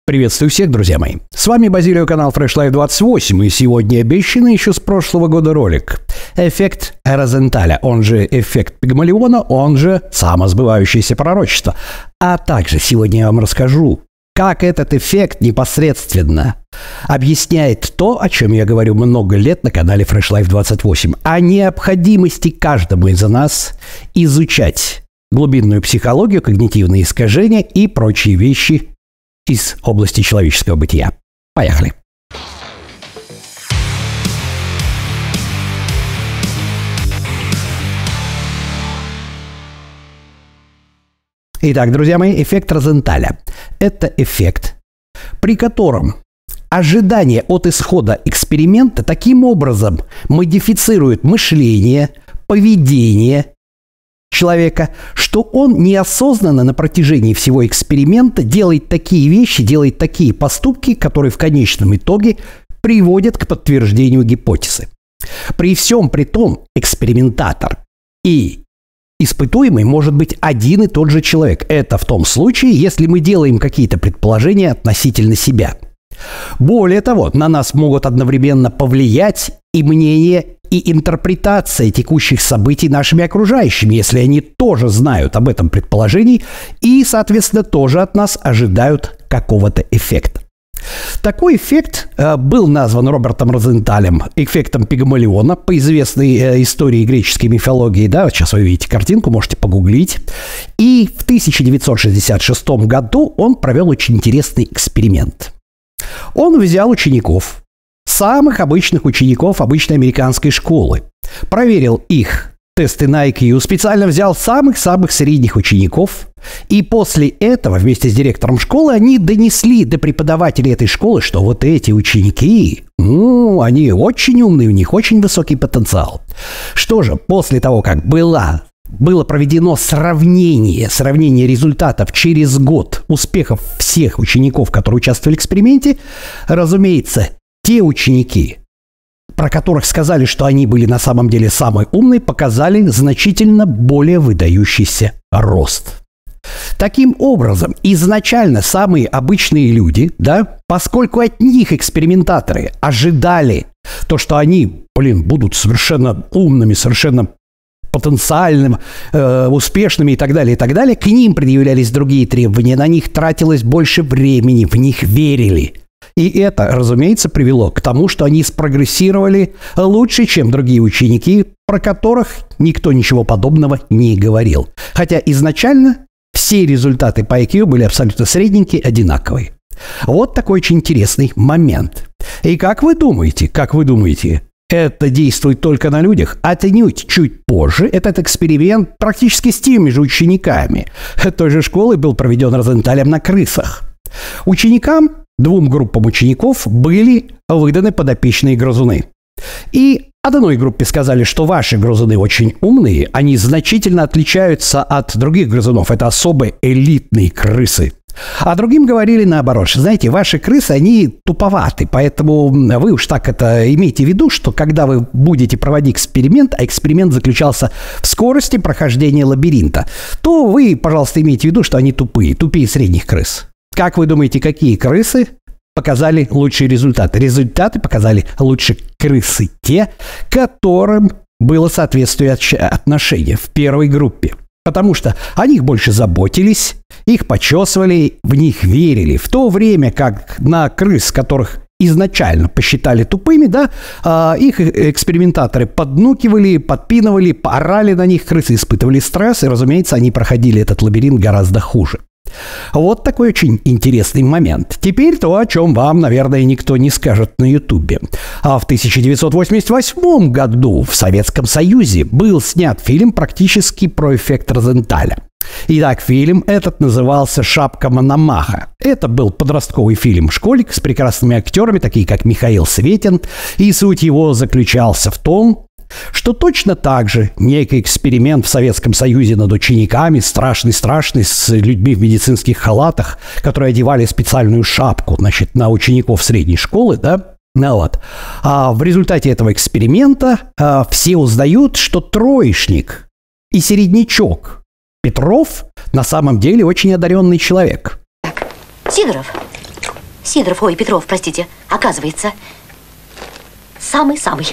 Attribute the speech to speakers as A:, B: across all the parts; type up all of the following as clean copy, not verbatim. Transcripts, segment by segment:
A: Приветствую всех, друзья мои. С вами Базилио, канал Fresh Life 28, и сегодня обещанный еще с прошлого года ролик. Эффект Розенталя, он же эффект Пигмалиона, он же самосбывающееся пророчество. А также сегодня я вам расскажу, как этот эффект непосредственно объясняет то, о чем я говорю много лет на канале Fresh Life 28, о необходимости каждому из нас изучать глубинную психологию, когнитивные искажения и прочие вещи из области человеческого бытия. Поехали! Итак, друзья мои, эффект Розенталя. Это эффект, при котором ожидание от исхода эксперимента таким образом модифицирует мышление, поведение человека, что он неосознанно на протяжении всего эксперимента делает такие вещи, делает такие поступки, которые в конечном итоге приводят к подтверждению гипотезы. При всем при том, экспериментатор и испытуемый может быть один и тот же человек. Это в том случае, если мы делаем какие-то предположения относительно себя. Более того, на нас могут одновременно повлиять и мнение, и интерпретация текущих событий нашими окружающими, если они тоже знают об этом предположении и, соответственно, тоже от нас ожидают какого-то эффекта. Такой эффект был назван Робертом Розенталем эффектом Пигмалиона по известной истории греческой мифологии. Да, сейчас вы видите картинку, можете погуглить. И в 1966 году он провел очень интересный эксперимент. Он взял учеников, самых обычных учеников обычной американской школы, проверил их тесты на IQ, специально взял самых-самых средних учеников, и после этого вместе с директором школы они донесли до преподавателей этой школы, что вот эти ученики, они очень умные, у них очень высокий потенциал. Что же, после того, как было проведено сравнение результатов через год успехов всех учеников, которые участвовали в эксперименте, разумеется, те ученики, про которых сказали, что они были на самом деле самые умные, показали значительно более выдающийся рост. Таким образом, изначально самые обычные люди, да, поскольку от них экспериментаторы ожидали то, что они, будут совершенно умными, совершенно потенциальным, успешными и так далее, к ним предъявлялись другие требования, на них тратилось больше времени, в них верили. И это, разумеется, привело к тому, что они спрогрессировали лучше, чем другие ученики, про которых никто ничего подобного не говорил. Хотя изначально все результаты по IQ были абсолютно средненькие, одинаковые. Вот такой очень интересный момент. И как вы думаете, это действует только на людях? Отнюдь чуть позже этот эксперимент практически с теми же учениками той же школы был проведен Розенталем на крысах. Двум группам учеников были выданы подопечные грызуны. И одной группе сказали, что ваши грызуны очень умные, они значительно отличаются от других грызунов, это особо элитные крысы. А другим говорили наоборот, что, знаете, ваши крысы, они туповаты, поэтому вы уж так это имейте в виду, что когда вы будете проводить эксперимент, а эксперимент заключался в скорости прохождения лабиринта, то вы, пожалуйста, имейте в виду, что они тупее средних крыс. Как вы думаете, какие крысы показали лучшие результаты? Результаты показали лучше крысы те, которым было соответствующее отношение в первой группе. Потому что о них больше заботились, их почесывали, в них верили. В то время как на крыс, которых изначально посчитали тупыми, да, их экспериментаторы поднукивали, подпинывали, орали на них, крысы испытывали стресс, и, разумеется, они проходили этот лабиринт гораздо хуже. Вот такой очень интересный момент. Теперь то, о чем вам, наверное, никто не скажет на Ютубе. А в 1988 году в Советском Союзе был снят фильм практически про эффект Розенталя. Итак, фильм этот назывался «Шапка Мономаха». Это был подростковый фильм «Школьник» с прекрасными актерами, такие как Михаил Светин, и суть его заключался в том, что точно так же некий эксперимент в Советском Союзе над учениками, страшный, с людьми в медицинских халатах, которые одевали специальную шапку, на учеников средней школы, да, А в результате этого эксперимента все узнают, что троечник и середнячок Петров на самом деле очень одаренный человек.
B: Сидоров, Сидоров, ой, Петров, простите. Оказывается, самый-самый.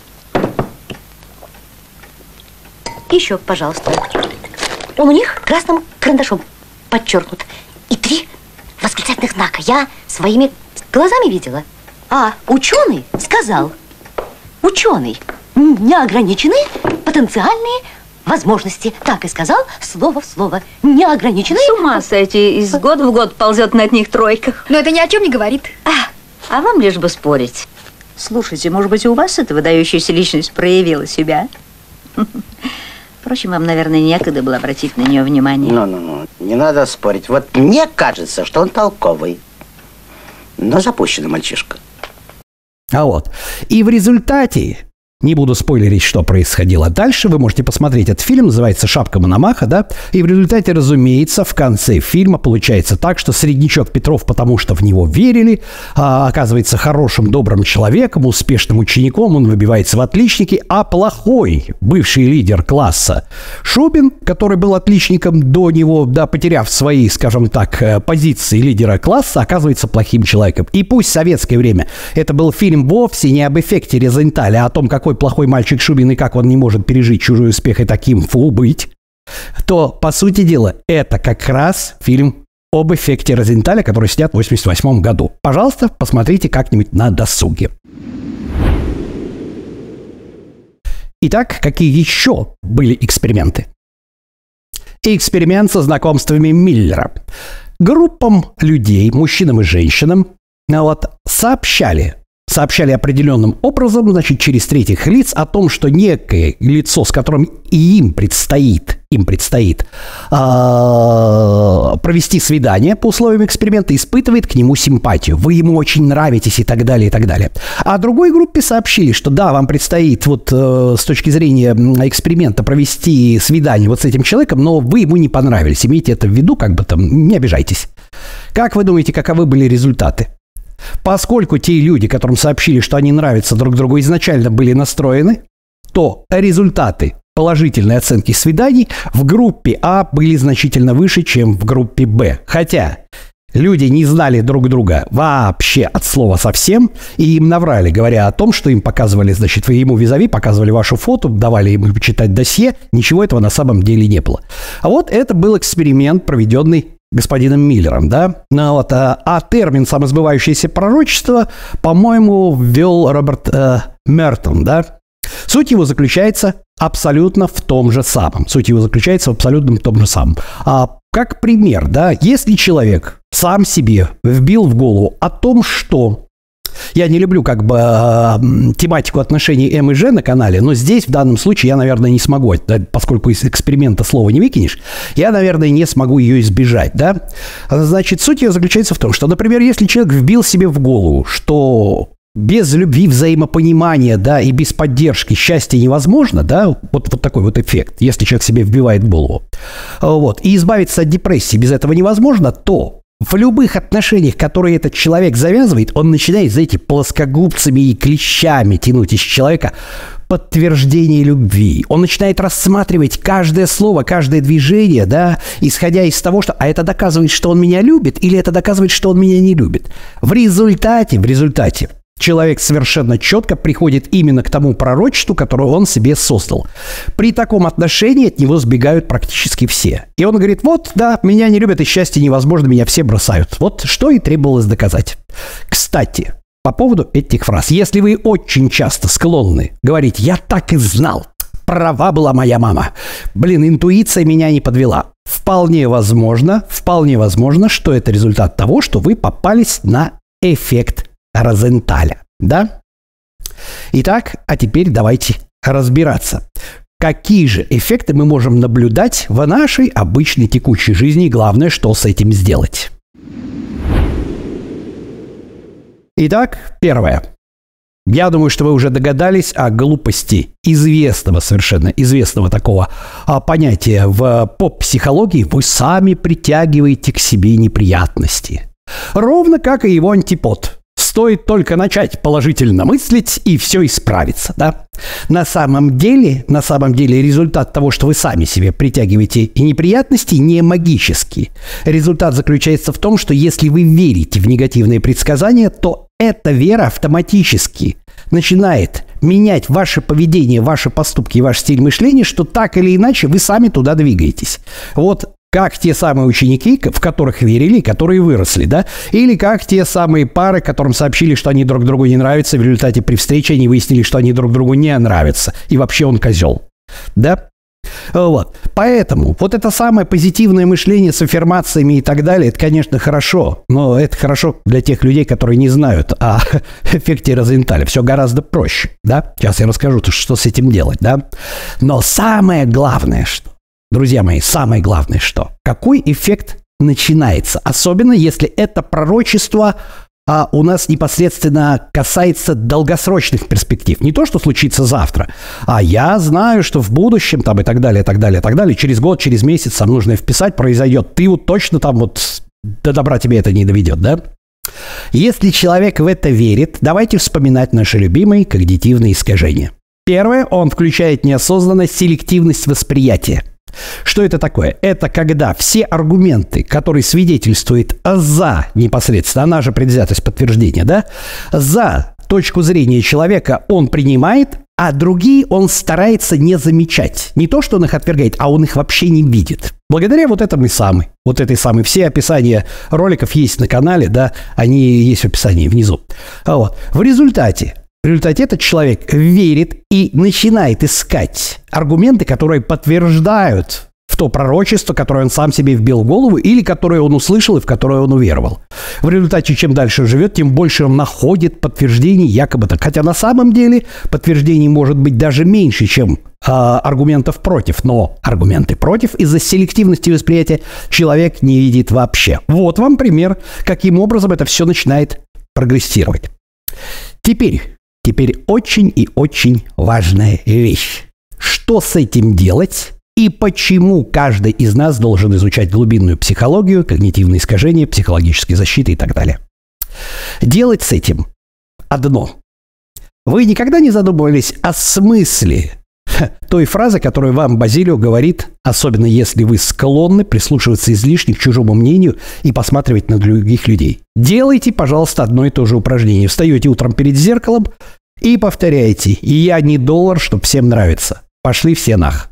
B: Еще, пожалуйста. Он у них красным карандашом подчеркнут. И 3 восклицательных знака. Я своими глазами видела. А ученый сказал, ученый, неограничены потенциальные возможности. Так и сказал, слово в слово. Неограничены.
C: С ума сойти, из года в год ползет на одних тройках.
D: Но это ни о чем не говорит.
C: А вам лишь бы спорить. Слушайте, может быть, у вас эта выдающаяся личность проявила себя? Впрочем, вам, наверное, некогда было обратить на нее внимание.
E: Ну, не надо спорить. Вот мне кажется, что он толковый, но запущенный мальчишка.
A: А вот. И в результате, не буду спойлерить, что происходило дальше, вы можете посмотреть этот фильм, называется «Шапка Мономаха», да? И в результате, разумеется, в конце фильма получается так, что среднячок Петров, потому что в него верили, оказывается хорошим, добрым человеком, успешным учеником, он выбивается в отличники, а плохой бывший лидер класса Шубин, который был отличником до него, да, потеряв свои, скажем так, позиции лидера класса, оказывается плохим человеком. И пусть в советское время это был фильм вовсе не об эффекте Розенталя, а о том, какой плохой мальчик Шубин и как он не может пережить чужой успех и таким быть, то, по сути дела, это как раз фильм об эффекте Розенталя, который снят в 1988 году. Пожалуйста, посмотрите как-нибудь на досуге. Итак, какие еще были эксперименты? Эксперимент со знакомствами Миллера. Группам людей, мужчинам и женщинам, сообщали определенным образом, значит, через третьих лиц о том, что некое лицо, с которым им предстоит провести свидание по условиям эксперимента, испытывает к нему симпатию. Вы ему очень нравитесь и так далее, и так далее. А другой группе сообщили, что да, вам предстоит с точки зрения эксперимента провести свидание с этим человеком, но вы ему не понравились. Имейте это в виду, не обижайтесь. Как вы думаете, каковы были результаты? Поскольку те люди, которым сообщили, что они нравятся друг другу, изначально были настроены, то результаты положительной оценки свиданий в группе А были значительно выше, чем в группе Б. Хотя люди не знали друг друга вообще от слова совсем, и им наврали, говоря о том, что им показывали, значит, вы ему визави, показывали вашу фото, давали ему читать досье, ничего этого на самом деле не было. А вот это был эксперимент, проведенный господином Миллером, да? А термин «самосбывающееся пророчество», по-моему, ввел Роберт Мертон, да? Суть его заключается абсолютно в том же самом. Как пример, да, если человек сам себе вбил в голову о том, что... Я не люблю тематику отношений М и Ж на канале, но здесь в данном случае я, наверное, не смогу, поскольку из эксперимента слова не выкинешь, я, наверное, не смогу ее избежать, да. Значит, суть ее заключается в том, что, например, если человек вбил себе в голову, что без любви, взаимопонимания, да, и без поддержки счастье невозможно, да, вот такой вот эффект, если человек себе вбивает в голову, и избавиться от депрессии без этого невозможно, то в любых отношениях, которые этот человек завязывает, он начинает, знаете, плоскогубцами и клещами тянуть из человека подтверждение любви. Он начинает рассматривать каждое слово, каждое движение, да, исходя из того, что это доказывает, что он меня любит, или это доказывает, что он меня не любит. В результате человек совершенно четко приходит именно к тому пророчеству, которое он себе создал. При таком отношении от него сбегают практически все. И он говорит, меня не любят, и счастье невозможно, меня все бросают. Вот что и требовалось доказать. Кстати, по поводу этих фраз. Если вы очень часто склонны говорить «я так и знал», «права была моя мама», интуиция меня не подвела. Вполне возможно, что это результат того, что вы попались на эффект Розенталя, да? Итак, а теперь давайте разбираться. Какие же эффекты мы можем наблюдать в нашей обычной текущей жизни и главное, что с этим сделать? Итак, первое. Я думаю, что вы уже догадались о глупости совершенно известного такого понятия в поп-психологии. Вы сами притягиваете к себе неприятности. Ровно как и его антипод. стоит только начать положительно мыслить, и все исправится, да? На самом деле результат того, что вы сами себе притягиваете и неприятности, не магический. Результат заключается в том, что если вы верите в негативные предсказания, то эта вера автоматически начинает менять ваше поведение, ваши поступки и ваш стиль мышления, что так или иначе вы сами туда двигаетесь. Вот как те самые ученики, в которых верили, которые выросли, да? Или как те самые пары, которым сообщили, что они друг другу не нравятся, в результате при встрече они выяснили, что они друг другу не нравятся, и вообще он козел, да? Вот. Поэтому вот это самое позитивное мышление с аффирмациями и так далее, это, конечно, хорошо, но это хорошо для тех людей, которые не знают о эффекте Розенталя. Все гораздо проще, да? Сейчас я расскажу, что с этим делать, да? Но самое главное, что, друзья мои, самое главное, что, какой эффект начинается, особенно если это пророчество у нас непосредственно касается долгосрочных перспектив. Не то, что случится завтра, а я знаю, что в будущем, там, и так далее, и так далее, и так далее, через год, через месяц там нужно вписать, произойдет. Ты вот точно там вот до добра тебе это не доведет, да? Если человек в это верит, давайте вспоминать наши любимые когнитивные искажения. Первое, он включает неосознанно селективность восприятия. Что это такое? Это когда все аргументы, которые свидетельствуют за непосредственно, она же предвзятость подтверждения, да, за точку зрения человека он принимает, а другие он старается не замечать. Не то, что он их отвергает, а он их вообще не видит. Благодаря вот этой самой, все описания роликов есть на канале, да, они есть в описании внизу. Вот. В результате этот человек верит и начинает искать аргументы, которые подтверждают в то пророчество, которое он сам себе вбил в голову или которое он услышал и в которое он уверовал. В результате, чем дальше живет, тем больше он находит подтверждений якобы так. Хотя на самом деле подтверждений может быть даже меньше, чем аргументов против. Но аргументы против из-за селективности восприятия человек не видит вообще. Вот вам пример, каким образом это все начинает прогрессировать. Теперь очень и очень важная вещь. Что с этим делать и почему каждый из нас должен изучать глубинную психологию, когнитивные искажения, психологические защиты и так далее? Делать с этим одно. Вы никогда не задумывались о смысле той фразы, которую вам Базилио говорит, особенно если вы склонны прислушиваться излишне к чужому мнению и посматривать на других людей? Делайте, пожалуйста, одно и то же упражнение. Встаете утром перед зеркалом и повторяйте: «Я не доллар, чтоб всем нравится. Пошли все нах».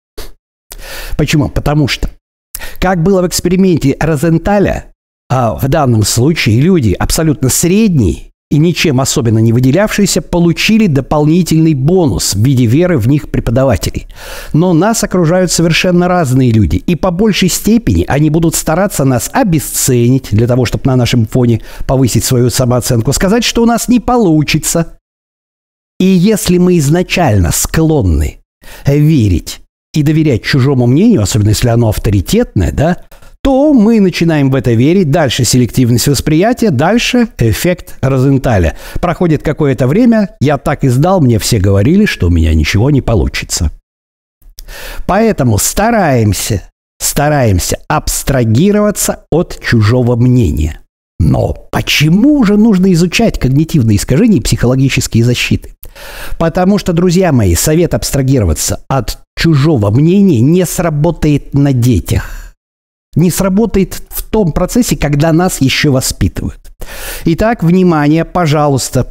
A: Почему? Потому что, как было в эксперименте Розенталя, в данном случае люди абсолютно средние и ничем особенно не выделявшиеся получили дополнительный бонус в виде веры в них преподавателей. Но нас окружают совершенно разные люди, и по большей степени они будут стараться нас обесценить для того, чтобы на нашем фоне повысить свою самооценку, сказать, что у нас не получится. И если мы изначально склонны верить и доверять чужому мнению, особенно если оно авторитетное, да, то мы начинаем в это верить. Дальше селективность восприятия, дальше эффект Розенталя. Проходит какое-то время, я так и сдал, мне все говорили, что у меня ничего не получится. Поэтому стараемся абстрагироваться от чужого мнения. Но почему же нужно изучать когнитивные искажения и психологические защиты? Потому что, друзья мои, совет абстрагироваться от чужого мнения не сработает на детях. Не сработает в том процессе, когда нас еще воспитывают. Итак, внимание, пожалуйста,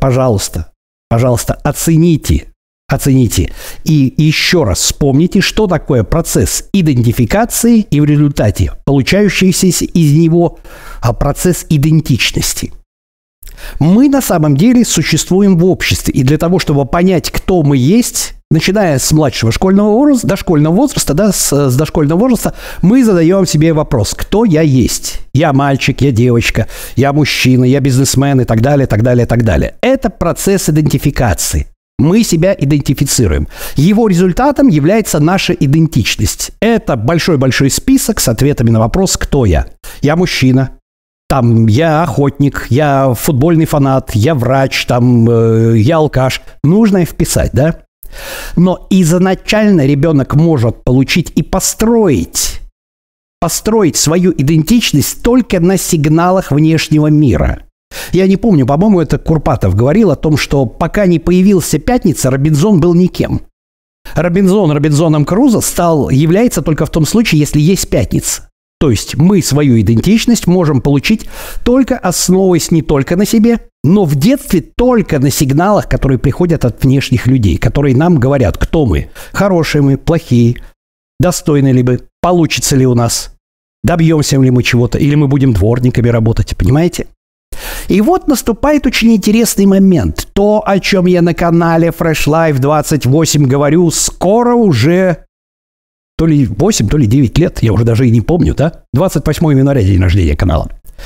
A: оцените и еще раз вспомните, что такое процесс идентификации и в результате получающийся из него процесс идентичности. Мы на самом деле существуем в обществе, и для того, чтобы понять, кто мы есть, начиная с младшего школьного возраста, дошкольного возраста, с дошкольного возраста, мы задаем себе вопрос: кто я есть? Я мальчик, я девочка, я мужчина, я бизнесмен и так далее, так далее, так далее. Это процесс идентификации. Мы себя идентифицируем. Его результатом является наша идентичность. Это большой-большой список с ответами на вопрос: кто я? Я мужчина. Там я охотник, я футбольный фанат, я врач, там я алкаш. Нужно вписать, да? Но изначально ребенок может получить и построить свою идентичность только на сигналах внешнего мира. Я не помню, по-моему, это Курпатов говорил о том, что пока не появился «Пятница», Робинзон был никем. Робинзон Робинзоном Крузо является только в том случае, если есть «Пятница». То есть мы свою идентичность можем получить только основываясь не только на себе, но в детстве только на сигналах, которые приходят от внешних людей, которые нам говорят, кто мы, хорошие мы, плохие, достойны ли мы, получится ли у нас, добьемся ли мы чего-то, или мы будем дворниками работать, понимаете? И вот наступает очень интересный момент. То, о чем я на канале Fresh Life 28 говорю, скоро уже то ли 8, то ли 9 лет, я уже даже и не помню, да? 28 января день рождения канала.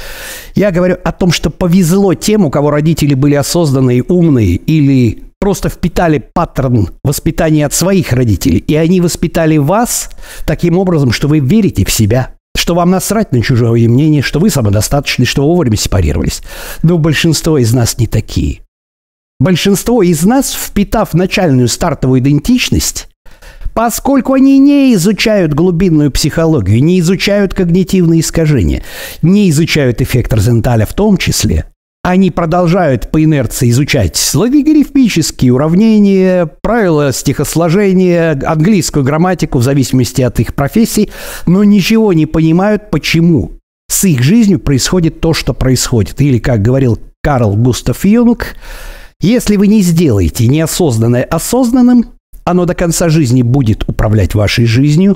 A: Я говорю о том, что повезло тем, у кого родители были осознанные, умные или просто впитали паттерн воспитания от своих родителей, и они воспитали вас таким образом, что вы верите в себя, что вам насрать на чужое мнение, что вы самодостаточны, что вы вовремя сепарировались. Но большинство из нас не такие. Большинство из нас, впитав начальную стартовую идентичность, поскольку они не изучают глубинную психологию, не изучают когнитивные искажения, не изучают эффект Розенталя в том числе, они продолжают по инерции изучать логорифмические уравнения, правила стихосложения, английскую грамматику в зависимости от их профессий, но ничего не понимают, почему с их жизнью происходит то, что происходит. Или, как говорил Карл Густав Юнг, если вы не сделаете неосознанное осознанным, оно до конца жизни будет управлять вашей жизнью,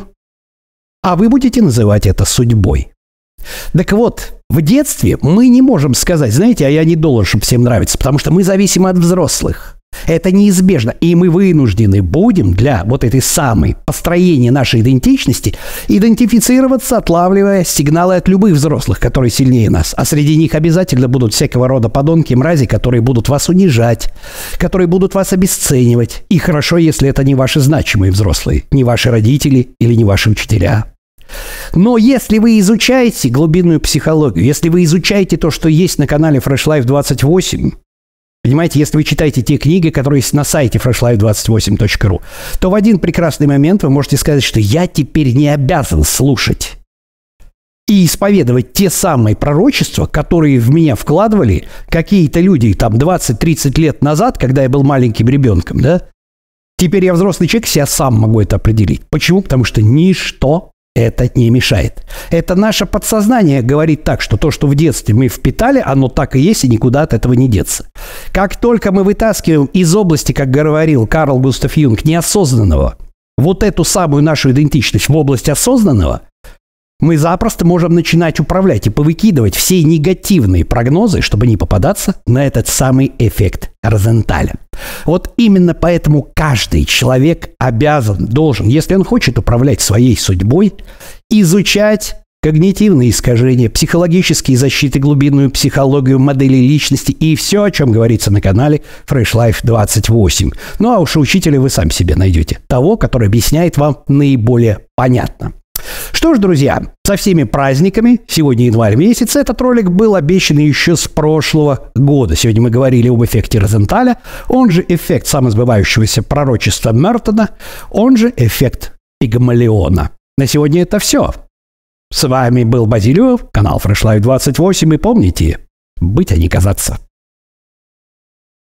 A: а вы будете называть это судьбой. Так вот, в детстве мы не можем сказать, знаете, а я не должен, чтобы всем нравиться, потому что мы зависимы от взрослых. Это неизбежно, и мы вынуждены будем для вот этой самой построения нашей идентичности идентифицироваться, отлавливая сигналы от любых взрослых, которые сильнее нас. А среди них обязательно будут всякого рода подонки, мрази, которые будут вас унижать, которые будут вас обесценивать. И хорошо, если это не ваши значимые взрослые, не ваши родители или не ваши учителя. Но если вы изучаете глубинную психологию, если вы изучаете то, что есть на канале Fresh Life 28, понимаете, если вы читаете те книги, которые есть на сайте freshlife28.ru, то в один прекрасный момент вы можете сказать, что я теперь не обязан слушать и исповедовать те самые пророчества, которые в меня вкладывали какие-то люди там 20-30 лет назад, когда я был маленьким ребенком, да? Теперь я взрослый человек, я сам могу это определить. Почему? Потому что ничто это не мешает. Это наше подсознание говорит так, что то, что в детстве мы впитали, оно так и есть, и никуда от этого не деться. Как только мы вытаскиваем из области, как говорил Карл Густав Юнг, неосознанного, вот эту самую нашу идентичность в область осознанного, мы запросто можем начинать управлять и повыкидывать все негативные прогнозы, чтобы не попадаться на этот самый эффект Розенталя. Вот именно поэтому каждый человек обязан, должен, если он хочет управлять своей судьбой, изучать когнитивные искажения, психологические защиты, глубинную психологию, модели личности и все, о чем говорится на канале Fresh Life 28. Ну а уж учителя вы сами себе найдете. Того, который объясняет вам наиболее понятно. Что ж, друзья, со всеми праздниками, сегодня январь месяц, этот ролик был обещан еще с прошлого года. Сегодня мы говорили об эффекте Розенталя, он же эффект самосбывающегося пророчества Мертона, он же эффект Пигмалиона. На сегодня это все. С вами был Базилио, канал Fresh Life 28, и помните, быть, а не казаться.